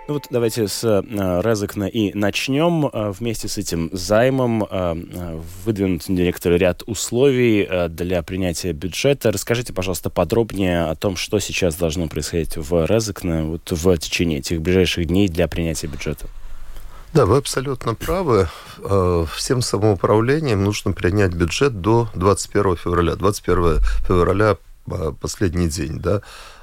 Ну вот давайте с Резекна и начнем. Вместе с этим займом выдвинут некоторый ряд условий для принятия бюджета. Расскажите, пожалуйста, подробнее о том, что сейчас должно происходить в Резекне вот в течение этих ближайших дней для принятия бюджета. Да, вы абсолютно правы. Всем самоуправлениям нужно принять бюджет до 21 февраля. 21 февраля последний день, да.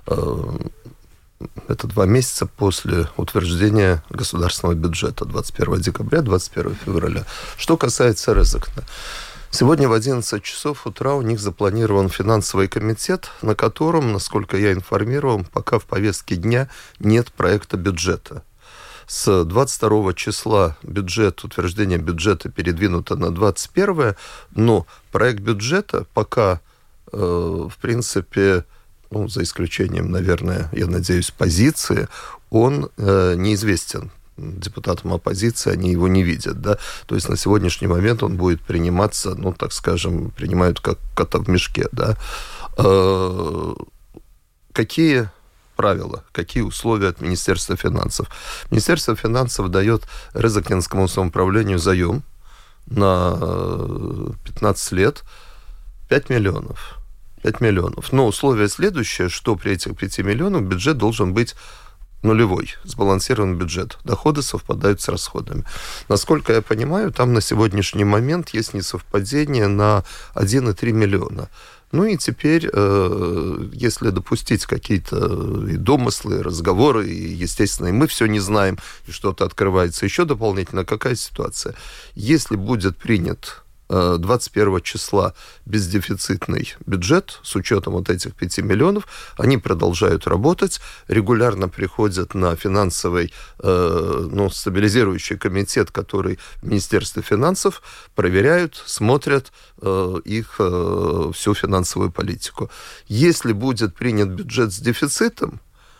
Это 2 месяца после утверждения государственного бюджета. 21 декабря, 21 февраля. Что касается Резекна. Сегодня в 11 часов утра у них запланирован финансовый комитет, на котором, насколько я информирован, пока в повестке дня нет проекта бюджета. С 22 числа утверждение бюджета передвинуто на 21, но проект бюджета пока, в принципе, за исключением, наверное, я надеюсь, позиции, он неизвестен депутатам оппозиции, они его не видят, да, то есть на сегодняшний момент он будет приниматься, так скажем, принимают как кота в мешке, да. Какие правила, какие условия от Министерства финансов? Министерство финансов дает Резекненскому самоуправлению заем на 15 лет 5 миллионов. 5 миллионов. Но условие следующее, что при этих 5 миллионах бюджет должен быть нулевой, сбалансированный бюджет. Доходы совпадают с расходами. Насколько я понимаю, там на сегодняшний момент есть несовпадение на 1,3 миллиона. Ну и теперь, если допустить какие-то и домыслы, и разговоры, и, естественно, и мы все не знаем, и что-то открывается еще дополнительно, какая ситуация? Если будет принят 21 числа бездефицитный бюджет с учетом вот этих 5 миллионов, они продолжают работать, регулярно приходят на финансовый, стабилизирующий комитет, который в Министерстве финансов, проверяют, смотрят их всю финансовую политику. Если будет принят бюджет с дефицитом,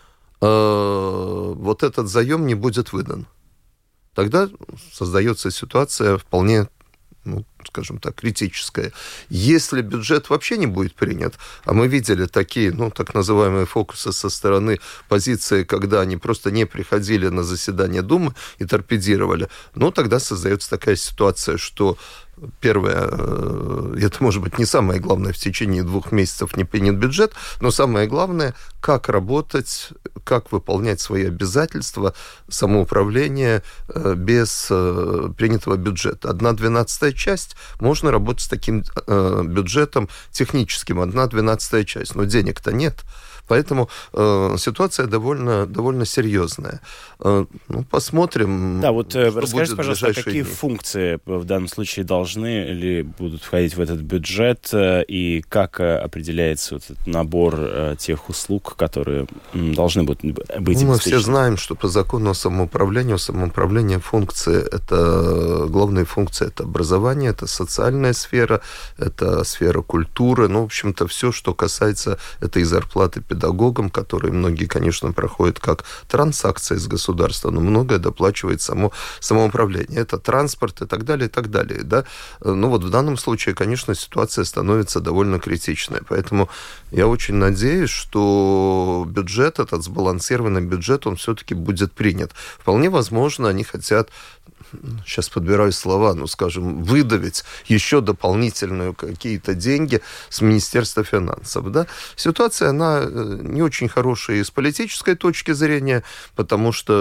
вот этот заем не будет выдан. Тогда создается ситуация вполне, скажем так, критическое. Если бюджет вообще не будет принят, а мы видели такие, так называемые фокусы со стороны позиции, когда они просто не приходили на заседание Думы и торпедировали, тогда создается такая ситуация, что первое, это может быть не самое главное, в течение 2 месяцев не принят бюджет, но самое главное, как работать, как выполнять свои обязательства самоуправления без принятого бюджета. 1/12 часть, можно работать с таким бюджетом техническим, 1/12 часть, но денег-то нет. Поэтому ситуация довольно серьезная. Посмотрим. Да, вот расскажите, пожалуйста, какие функции в данном случае должны или будут входить в этот бюджет, и как определяется вот этот набор тех услуг, которые должны быть обеспечены? Мы все знаем, что по закону о самоуправление функции, главные функции — это образование, это социальная сфера, это сфера культуры, в общем-то, все, что касается этой зарплаты педагогам, которые многие, конечно, проходят как транзакции с государством, но многое доплачивает самоуправление. Это транспорт и так далее, и так далее. Да? В данном случае, конечно, ситуация становится довольно критичной. Поэтому я очень надеюсь, что бюджет, этот сбалансированный бюджет, он все-таки будет принят. Вполне возможно, они хотят, сейчас подбираю слова, выдавить еще дополнительные какие-то деньги с Министерства финансов. Да? Ситуация, она не очень хорошая и с политической точки зрения, потому что,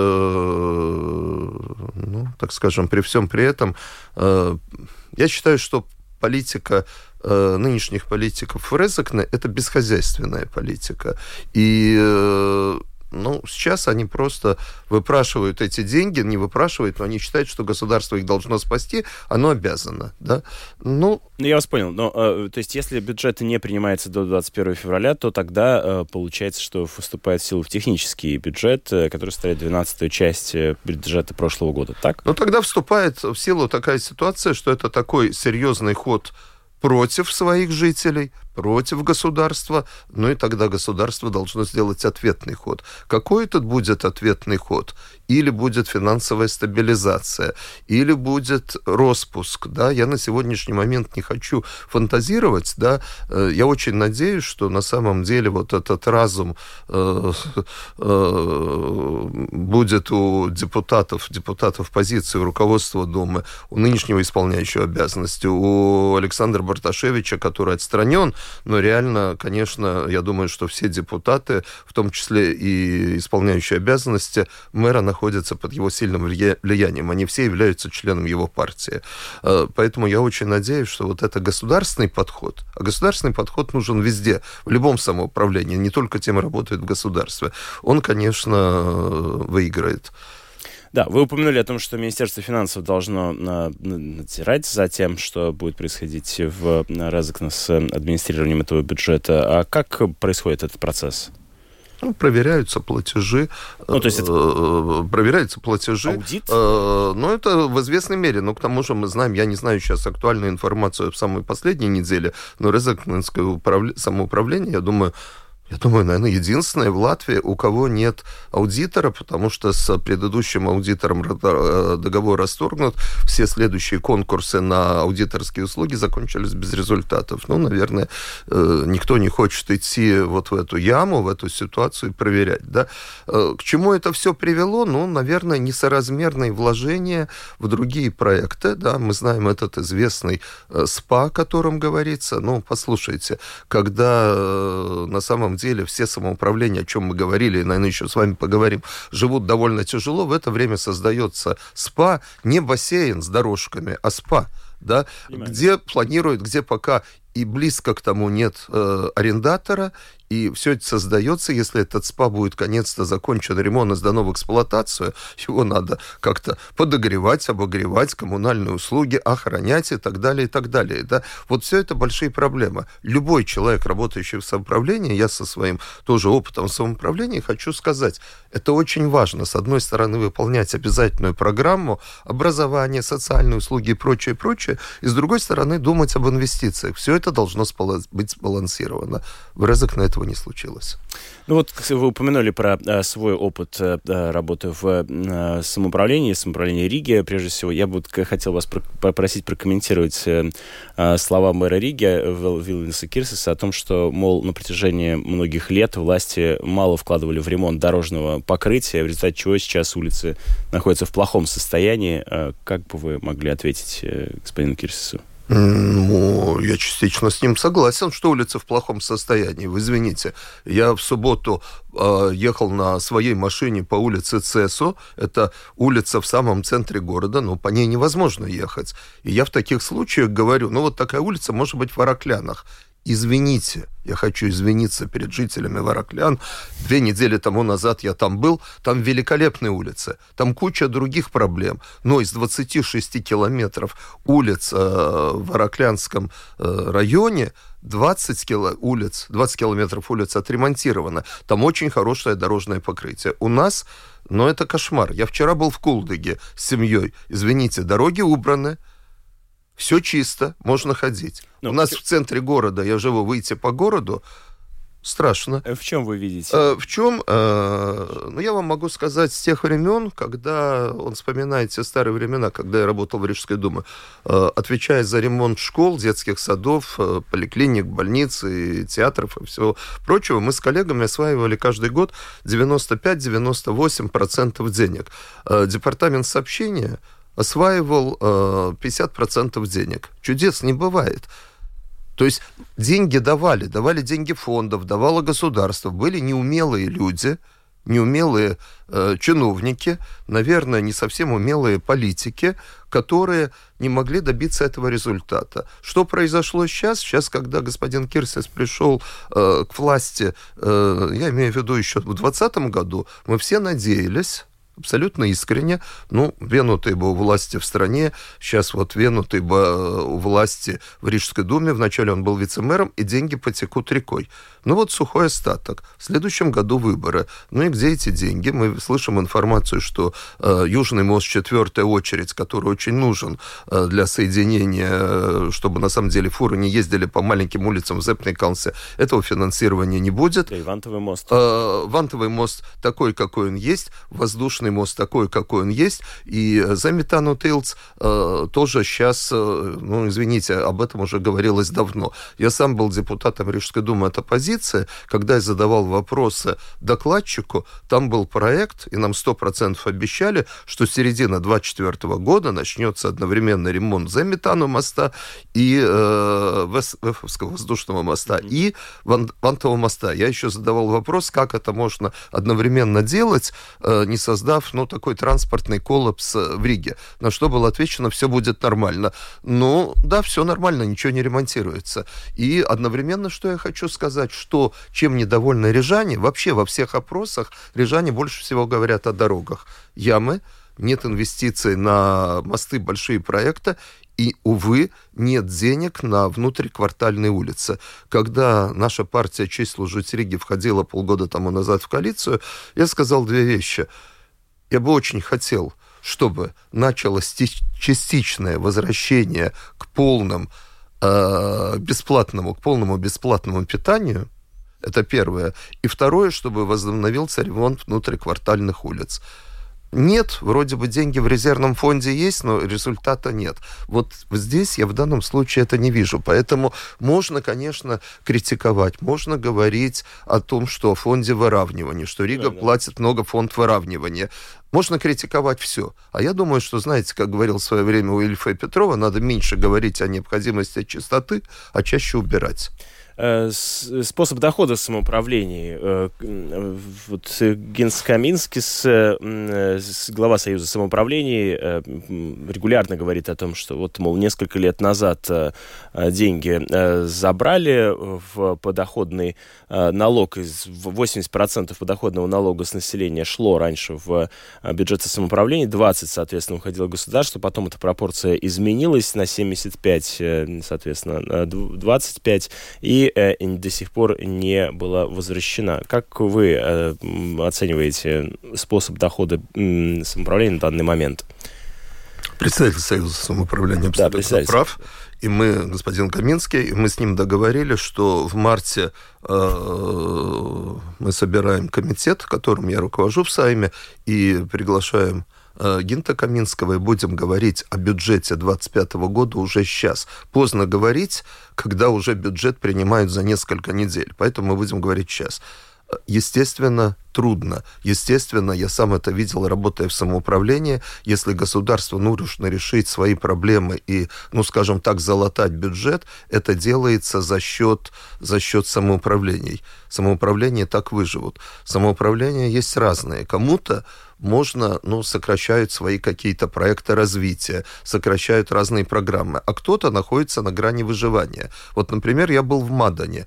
так скажем, при всем при этом, я считаю, что политика нынешних политиков в Резекне — это бесхозяйственная политика. И сейчас они просто выпрашивают эти деньги, не выпрашивают, но они считают, что государство их должно спасти, оно обязано, да? Я вас понял, но, то есть, если бюджет не принимается до 21 февраля, то тогда получается, что вступает в силу технический бюджет, который составляет 12-ю часть бюджета прошлого года, так? Тогда вступает в силу такая ситуация, что это такой серьезный ход против своих жителей, против государства, ну и тогда государство должно сделать ответный ход. Какой этот будет ответный ход? Или будет финансовая стабилизация, или будет распуск, да, я на сегодняшний момент не хочу фантазировать, да, я очень надеюсь, что на самом деле вот этот разум будет у депутатов позиции, у руководства Думы, у нынешнего исполняющего обязанности, у Александра Барташевича, который отстранен, но реально, конечно, я думаю, что все депутаты, в том числе и исполняющие обязанности мэра, находятся под его сильным влиянием. Они все являются членами его партии. Поэтому я очень надеюсь, что вот это государственный подход, а государственный подход нужен везде, в любом самоуправлении, не только тем работает в государстве, он, конечно, выиграет. Да, вы упомянули о том, что Министерство финансов должно надзирать за тем, что будет происходить в Резекне с администрированием этого бюджета. А как происходит этот процесс? Проверяются платежи. То есть это проверяются платежи. Аудит? Это в известной мере. Но к тому же мы знаем, я не знаю сейчас актуальную информацию в самой последней неделе, но Резекненское самоуправление, я думаю, наверное, единственное в Латвии, у кого нет аудитора, потому что с предыдущим аудитором договор расторгнут, все следующие конкурсы на аудиторские услуги закончились без результатов. Наверное, никто не хочет идти вот в эту яму, в эту ситуацию и проверять. Да? К чему это все привело? Наверное, несоразмерные вложения в другие проекты. Да? Мы знаем этот известный СПА, о котором говорится. Послушайте, когда на самом деле все самоуправления, о чем мы говорили, и, наверное, еще с вами поговорим, живут довольно тяжело, в это время создается СПА, не бассейн с дорожками, а СПА, да, где планируют, где пока и близко к тому нет арендатора, и все это создается, если этот СПА будет наконец-то закончен ремонт и сдано в эксплуатацию, его надо как-то подогревать, обогревать, коммунальные услуги, охранять и так далее, и так далее. Да? Вот все это большие проблемы. Любой человек, работающий в самоуправлении, я со своим тоже опытом в самоуправлении хочу сказать, это очень важно. С одной стороны, выполнять обязательную программу образования, социальные услуги и прочее, и с другой стороны, думать об инвестициях. Все это должно быть сбалансировано. В Резекне этого не случилось. Вы упомянули про свой опыт работы в самоуправлении Риги. Прежде всего, я бы хотел вас попросить прокомментировать слова мэра Риги Вилнеса Кирсиса о том, что, мол, на протяжении многих лет власти мало вкладывали в ремонт дорожного покрытия, в результате чего сейчас улицы находятся в плохом состоянии. Как бы вы могли ответить господину Кирсису? Я частично с ним согласен, что улица в плохом состоянии. Вы извините, я в субботу ехал на своей машине по улице Цесо. Это улица в самом центре города, но по ней невозможно ехать. И я в таких случаях говорю, вот такая улица может быть в Вараклянах. Извините, я хочу извиниться перед жителями Вараклян. 2 недели тому назад я там был, там великолепные улицы, там куча других проблем. Но из 26 километров улиц в Вараклянском районе 20 километров улиц отремонтировано. Там очень хорошее дорожное покрытие. У нас, это кошмар. Я вчера был в Кулдыге с семьей. Извините, дороги убраны. Все чисто, можно ходить. У нас в центре города, я живу, выйти по городу, страшно. В чем вы видите? В чем? Я вам могу сказать, с тех времен, когда, он вспоминает те старые времена, когда я работал в Рижской думе, отвечая за ремонт школ, детских садов, поликлиник, больниц, и театров и всего прочего, мы с коллегами осваивали каждый год 95-98% денег. Департамент сообщения осваивал 50% денег. Чудес не бывает. То есть деньги давали деньги фондов, давало государство. Были неумелые люди, неумелые чиновники, наверное, не совсем умелые политики, которые не могли добиться этого результата. Что произошло сейчас? Сейчас, когда господин Кирсис пришел к власти, я имею в виду еще в 2020 году, мы все надеялись, абсолютно искренне. Венутый бы у власти в стране, сейчас Венутый бы у власти в Рижской думе. Вначале он был вице-мэром, и деньги потекут рекой. Сухой остаток. В следующем году выборы. И где эти деньги? Мы слышим информацию, что Южный мост, 4-я очередь, который очень нужен для соединения, чтобы на самом деле фуры не ездили по маленьким улицам в Зепней-Калнсе, этого финансирования не будет. И Вантовый мост. Вантовый мост такой, какой он есть, воздушный мост такой, какой он есть, и Заметану Тилц тоже сейчас, извините, об этом уже говорилось давно. Я сам был депутатом Рижской думы от оппозиции. Когда я задавал вопросы докладчику, там был проект, и нам 100% обещали, что с середины 2024 года начнется одновременно ремонт Заметану моста и Вефовского воздушного моста, и Вантового моста. Я еще задавал вопрос, как это можно одновременно делать, не создав, такой транспортный коллапс в Риге. На что было отвечено: все будет нормально. Да, все нормально, ничего не ремонтируется. И одновременно, что я хочу сказать, что чем недовольны рижане, вообще во всех опросах рижане больше всего говорят о дорогах. Ямы, нет инвестиций на мосты, большие проекты, и, увы, нет денег на внутриквартальные улицы. Когда наша партия «Честь служить Риге» входила полгода тому назад в коалицию, я сказал две вещи. Я бы очень хотел, чтобы началось частичное возвращение к полному бесплатному питанию. Это первое. И второе, чтобы возобновился ремонт внутриквартальных улиц. Нет, вроде бы деньги в резервном фонде есть, но результата нет. Здесь я в данном случае это не вижу. Поэтому можно, конечно, критиковать, можно говорить о том, что о фонде выравнивания, что Рига платит много фонд выравнивания. Можно критиковать все. А я думаю, что, знаете, как говорил в свое время у Ильфа и Петрова, надо меньше говорить о необходимости чистоты, а чаще убирать. Способ дохода в самоуправлении. Генс Каминскис, глава Союза самоуправлений, регулярно говорит о том, что несколько лет назад деньги забрали в подоходный налог, 80% подоходного налога с населения шло раньше в бюджет самоуправления, 20%, соответственно, уходило государству, потом эта пропорция изменилась на 75, соответственно, 25%, и до сих пор не была возвращена. Как вы оцениваете способ дохода самоуправления на данный момент? Представитель Союза самоуправления абсолютно прав. И мы, господин Каминский, мы с ним договорились, что в марте мы собираем комитет, которым я руковожу в Сайме, и приглашаем Гинта Каминского, и будем говорить о бюджете 2025 года уже сейчас. Поздно говорить, когда уже бюджет принимают за несколько недель. Поэтому мы будем говорить сейчас. Естественно, трудно. Естественно, я сам это видел, работая в самоуправлении. Если государство нужно решить свои проблемы и, скажем так, залатать бюджет, это делается за счет самоуправлений. Самоуправления так выживут. Самоуправления есть разные. Кому-то можно, сокращают свои какие-то проекты развития, сокращают разные программы, а кто-то находится на грани выживания. Например, я был в Мадане.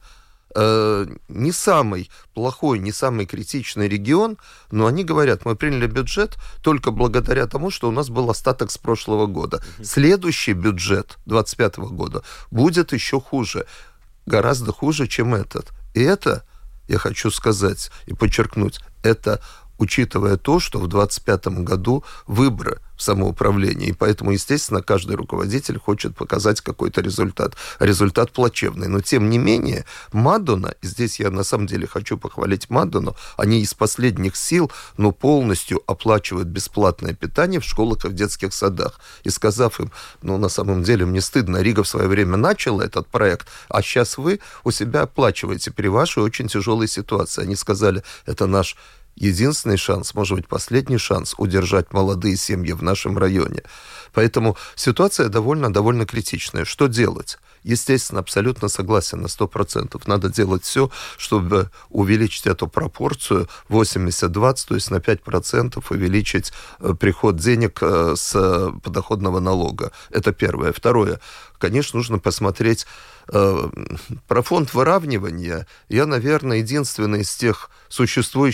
Не самый плохой, не самый критичный регион, но они говорят, мы приняли бюджет только благодаря тому, что у нас был остаток с прошлого года. Следующий бюджет 2025 года будет еще хуже, гораздо хуже, чем этот. И это, я хочу сказать и подчеркнуть, это учитывая то, что в 2025 году выборы в самоуправлении, и поэтому, естественно, каждый руководитель хочет показать какой-то результат. Результат плачевный. Но, тем не менее, Мадона, и здесь я на самом деле хочу похвалить Мадону, они из последних сил, но полностью оплачивают бесплатное питание в школах и в детских садах. И сказав им, на самом деле, мне стыдно, Рига в свое время начала этот проект, а сейчас вы у себя оплачиваете при вашей очень тяжелой ситуации. Они сказали, это наш единственный шанс, может быть, последний шанс удержать молодые семьи в нашем районе. Поэтому ситуация довольно критичная. Что делать? Естественно, абсолютно согласен на 100%. Надо делать все, чтобы увеличить эту пропорцию 80-20, то есть на 5% увеличить приход денег с подоходного налога. Это первое. Второе. Конечно, нужно посмотреть про фонд выравнивания. Я, наверное, единственный из тех существующего мэра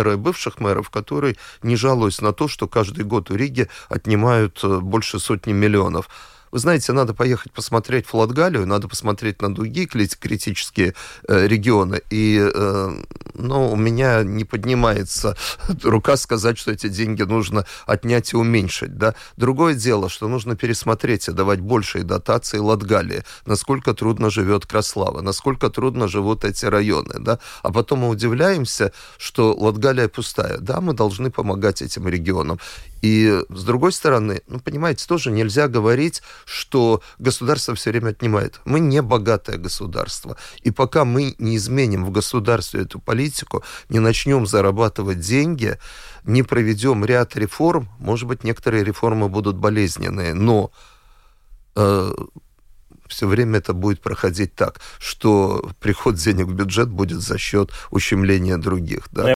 мэра и бывших мэров, которые не жалуются на то, что каждый год у Риги отнимают больше сотни миллионов. Вы знаете, надо поехать посмотреть в Латгалию, надо посмотреть на другие критические регионы. И у меня не поднимается рука сказать, что эти деньги нужно отнять и уменьшить. Да? Другое дело, что нужно пересмотреть и давать большие дотации Латгалии. Насколько трудно живет Краслава, насколько трудно живут эти районы. Да? А потом мы удивляемся, что Латгалия пустая. Да, мы должны помогать этим регионам. И, с другой стороны, понимаете, тоже нельзя говорить, что государство все время отнимает. Мы не богатое государство. И пока мы не изменим в государстве эту политику, не начнем зарабатывать деньги, не проведем ряд реформ, может быть, некоторые реформы будут болезненные, но все время это будет проходить так, что приход денег в бюджет будет за счет ущемления других. Да?